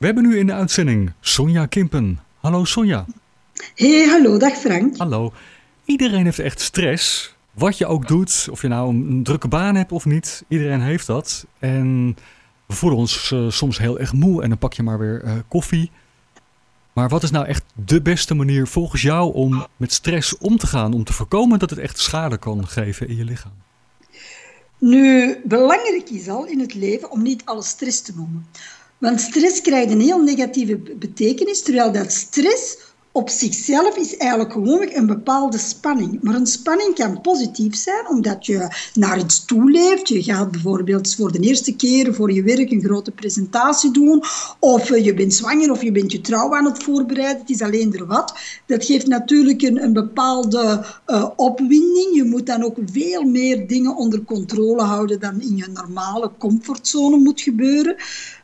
We hebben nu in de uitzending Sonja Kimpen. Hallo Sonja. Hey, hallo, dag Frank. Hallo. Iedereen heeft echt stress. Wat je ook doet, of je nou een drukke baan hebt of niet. Iedereen heeft dat. En we voelen ons soms heel erg moe en dan pak je maar weer koffie. Maar wat is nou echt de beste manier volgens jou om met stress om te gaan? Om te voorkomen dat het echt schade kan geven in je lichaam? Nu, belangrijk is al in het leven om niet alles stress te noemen. Want stress krijgt een heel negatieve betekenis, terwijl dat stress op zichzelf is eigenlijk gewoon een bepaalde spanning. Maar een spanning kan positief zijn, omdat je naar iets toeleeft. Je gaat bijvoorbeeld voor de eerste keer voor je werk een grote presentatie doen, of je bent zwanger of je bent je trouw aan het voorbereiden. Het is alleen er wat. Dat geeft natuurlijk een bepaalde opwinding. Je moet dan ook veel meer dingen onder controle houden dan in je normale comfortzone moet gebeuren.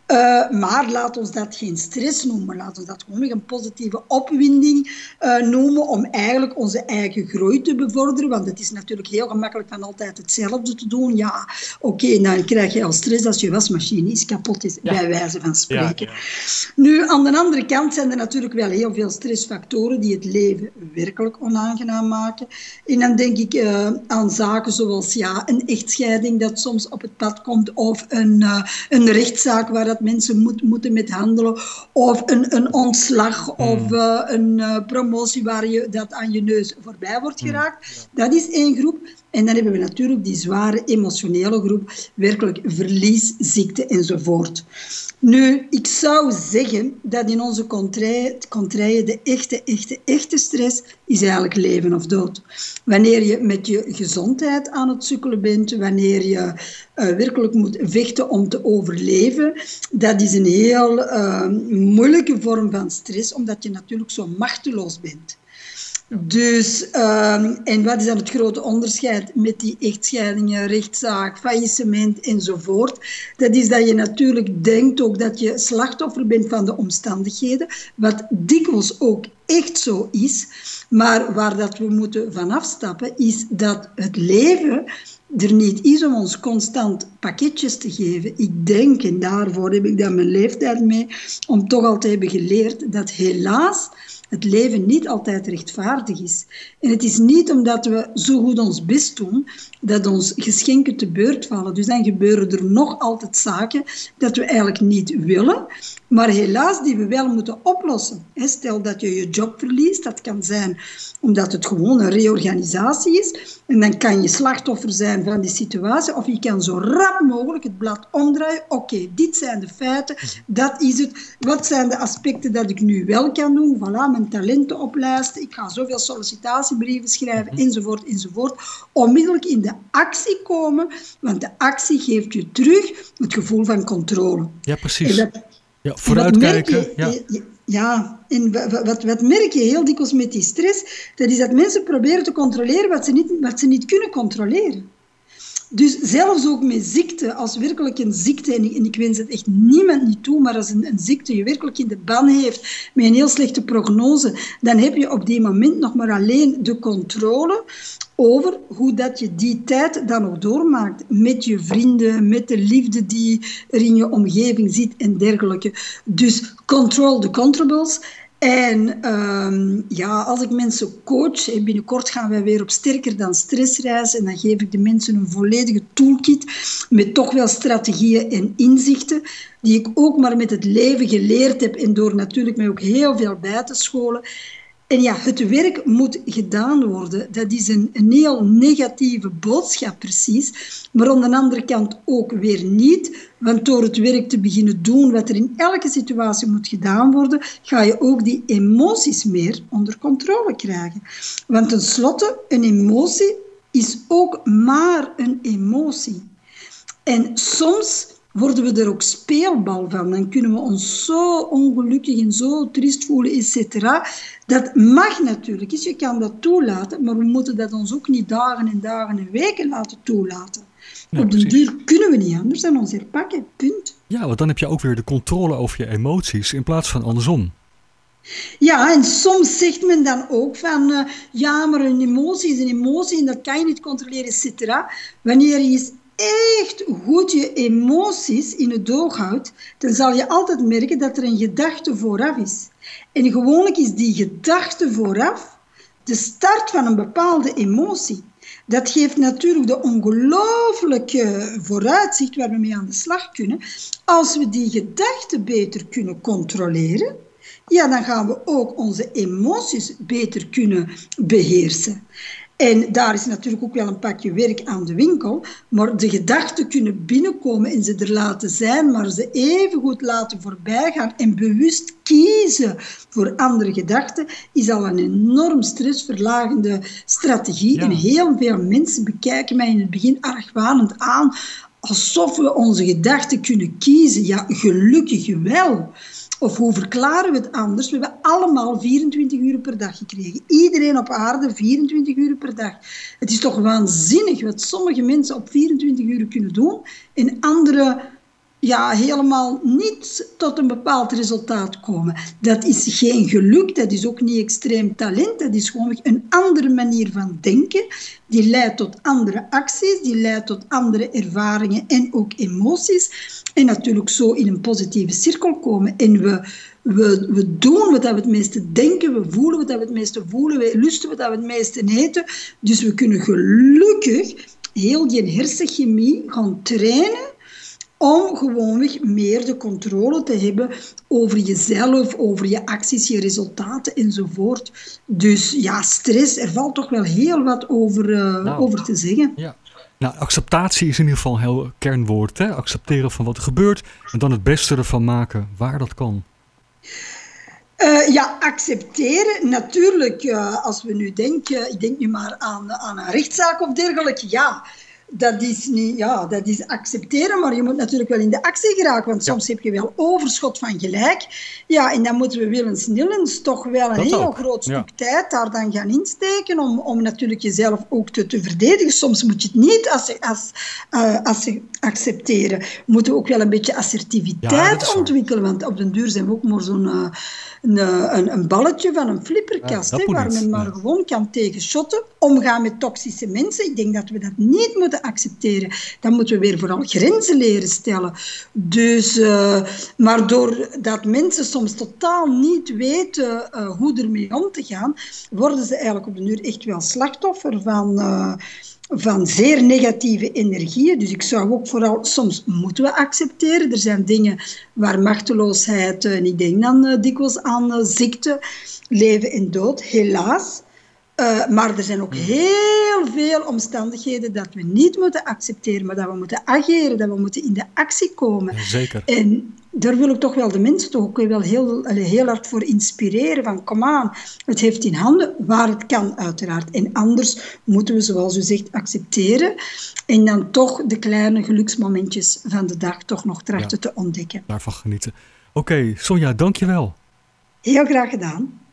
Maar laat ons dat geen stress noemen. Laat ons dat gewoon een positieve opwinding noemen om eigenlijk onze eigen groei te bevorderen. Want het is natuurlijk heel gemakkelijk van altijd hetzelfde te doen. Ja, oké, dan krijg je al stress als je wasmachine is kapot is, bij wijze van spreken. Ja. Nu, aan de andere kant zijn er natuurlijk wel heel veel stressfactoren die het leven werkelijk onaangenaam maken. En dan denk ik aan zaken zoals een echtscheiding dat soms op het pad komt, of een rechtszaak waar dat mensen moeten met handelen, of een ontslag, of een promotie waar je dat aan je neus voorbij wordt geraakt. Dat is één groep. En dan hebben we natuurlijk die zware emotionele groep, werkelijk verlies, ziekte enzovoort. Nu, ik zou zeggen dat in onze contraien de echte stress is eigenlijk leven of dood. Wanneer je met je gezondheid aan het sukkelen bent, wanneer je werkelijk moet vechten om te overleven, dat is een heel moeilijke vorm van stress, omdat je natuurlijk zo machteloos bent. Dus, en wat is dan het grote onderscheid met die echtscheidingen, rechtszaak, faillissement enzovoort? Dat is dat je natuurlijk denkt ook dat je slachtoffer bent van de omstandigheden, wat dikwijls ook echt zo is. Maar waar dat we moeten van afstappen is dat het leven er niet is om ons constant pakketjes te geven. Ik denk, en daarvoor heb ik dan mijn leeftijd mee, om toch al te hebben geleerd dat helaas het leven niet altijd rechtvaardig is. En het is niet omdat we zo goed ons best doen, dat ons geschenken te beurt vallen. Dus dan gebeuren er nog altijd zaken dat we eigenlijk niet willen, maar helaas die we wel moeten oplossen. Stel dat je je job verliest, dat kan zijn omdat het gewoon een reorganisatie is, en dan kan je slachtoffer zijn van die situatie, of je kan zo rap mogelijk het blad omdraaien. Oké, dit zijn de feiten, dat is het. Wat zijn de aspecten dat ik nu wel kan doen? Voilà, mijn talenten oplijsten, ik ga zoveel sollicitatiebrieven schrijven, enzovoort, enzovoort. Onmiddellijk in de actie komen, want de actie geeft je terug het gevoel van controle. Ja, precies. Vooruitkijken. En wat merk je heel dikwijls met die stress? Dat is dat mensen proberen te controleren wat ze niet kunnen controleren. Dus zelfs ook met ziekte, als werkelijk een ziekte, en ik wens het echt niemand niet toe, maar als een ziekte je werkelijk in de ban heeft met een heel slechte prognose, dan heb je op die moment nog maar alleen de controle over hoe dat je die tijd dan nog doormaakt met je vrienden, met de liefde die er in je omgeving zit en dergelijke. Dus control the controllables. En als ik mensen coach, binnenkort gaan wij weer op Sterker dan Stressreis, en dan geef ik de mensen een volledige toolkit met toch wel strategieën en inzichten, die ik ook maar met het leven geleerd heb en door natuurlijk mij ook heel veel bij te scholen. En ja, het werk moet gedaan worden. Dat is een heel negatieve boodschap precies, maar aan de andere kant ook weer niet. Want door het werk te beginnen doen wat er in elke situatie moet gedaan worden, ga je ook die emoties meer onder controle krijgen. Want tenslotte, een emotie is ook maar een emotie. En soms worden we er ook speelbal van. Dan kunnen we ons zo ongelukkig en zo triest voelen, etc. Dat mag natuurlijk eens, je kan dat toelaten, maar we moeten dat ons ook niet dagen en dagen en weken laten toelaten. Ja, op den duur kunnen we niet anders dan ons herpakken, punt. Ja, want dan heb je ook weer de controle over je emoties in plaats van andersom. Ja, en soms zegt men dan ook van, maar een emotie is een emotie en dat kan je niet controleren, etc. Wanneer je echt goed je emoties in het oog houdt, dan zal je altijd merken dat er een gedachte vooraf is. En gewoonlijk is die gedachte vooraf de start van een bepaalde emotie. Dat geeft natuurlijk de ongelooflijke vooruitzicht waar we mee aan de slag kunnen. Als we die gedachten beter kunnen controleren, ja, dan gaan we ook onze emoties beter kunnen beheersen. En daar is natuurlijk ook wel een pakje werk aan de winkel, maar de gedachten kunnen binnenkomen en ze er laten zijn, maar ze even goed laten voorbijgaan en bewust kiezen voor andere gedachten, is al een enorm stressverlagende strategie. Ja. En heel veel mensen bekijken mij in het begin argwanend aan, alsof we onze gedachten kunnen kiezen. Ja, gelukkig wel. Of hoe verklaren we het anders? We hebben allemaal 24 uur per dag gekregen. Iedereen op aarde 24 uur per dag. Het is toch waanzinnig wat sommige mensen op 24 uur kunnen doen en anderen helemaal niet tot een bepaald resultaat komen. Dat is geen geluk, dat is ook niet extreem talent, dat is gewoon een andere manier van denken. Die leidt tot andere acties, die leidt tot andere ervaringen en ook emoties. En natuurlijk zo in een positieve cirkel komen. En we doen wat we het meeste denken, we voelen wat we het meeste voelen, we lusten wat we het meeste eten. Dus we kunnen gelukkig heel die hersenchemie gaan trainen om gewoonweg meer de controle te hebben over jezelf, over je acties, je resultaten enzovoort. Dus ja, stress, er valt toch wel heel wat over te zeggen. Ja. Nou, acceptatie is in ieder geval een heel kernwoord. Hè? Accepteren van wat er gebeurt en dan het beste ervan maken waar dat kan. Accepteren. Natuurlijk, als we nu denken, ik denk nu maar aan een rechtszaak of dergelijke, ja. Dat is accepteren, maar je moet natuurlijk wel in de actie geraken, want soms heb je wel overschot van gelijk. Ja, en dan moeten we willens toch wel een heel groot stuk tijd daar dan gaan insteken om natuurlijk jezelf ook te verdedigen. Soms moet je het niet accepteren. We moeten ook wel een beetje assertiviteit ontwikkelen, want op den duur zijn we ook maar zo'n een balletje van een flipperkast, waar men maar gewoon kan tegen shotten. Omgaan met toxische mensen. Ik denk dat we dat niet moeten accepteren. Dan moeten we weer vooral grenzen leren stellen. Dus, maar doordat mensen soms totaal niet weten hoe ermee om te gaan, worden ze eigenlijk op de duur echt wel slachtoffer van zeer negatieve energieën. Dus ik zou ook vooral, soms moeten we accepteren. Er zijn dingen waar machteloosheid, en ik denk dan dikwijls aan ziekte, leven en dood, helaas. Maar er zijn ook heel veel omstandigheden dat we niet moeten accepteren, maar dat we moeten ageren, dat we moeten in de actie komen. Ja, zeker. En daar wil ik toch wel de mensen toch ook wel heel hard voor inspireren. Van kom aan, het heeft in handen waar het kan uiteraard. En anders moeten we, zoals u zegt, accepteren. En dan toch de kleine geluksmomentjes van de dag toch nog trachten te ontdekken. Daarvan genieten. Oké, Sonja, dank je wel. Heel graag gedaan.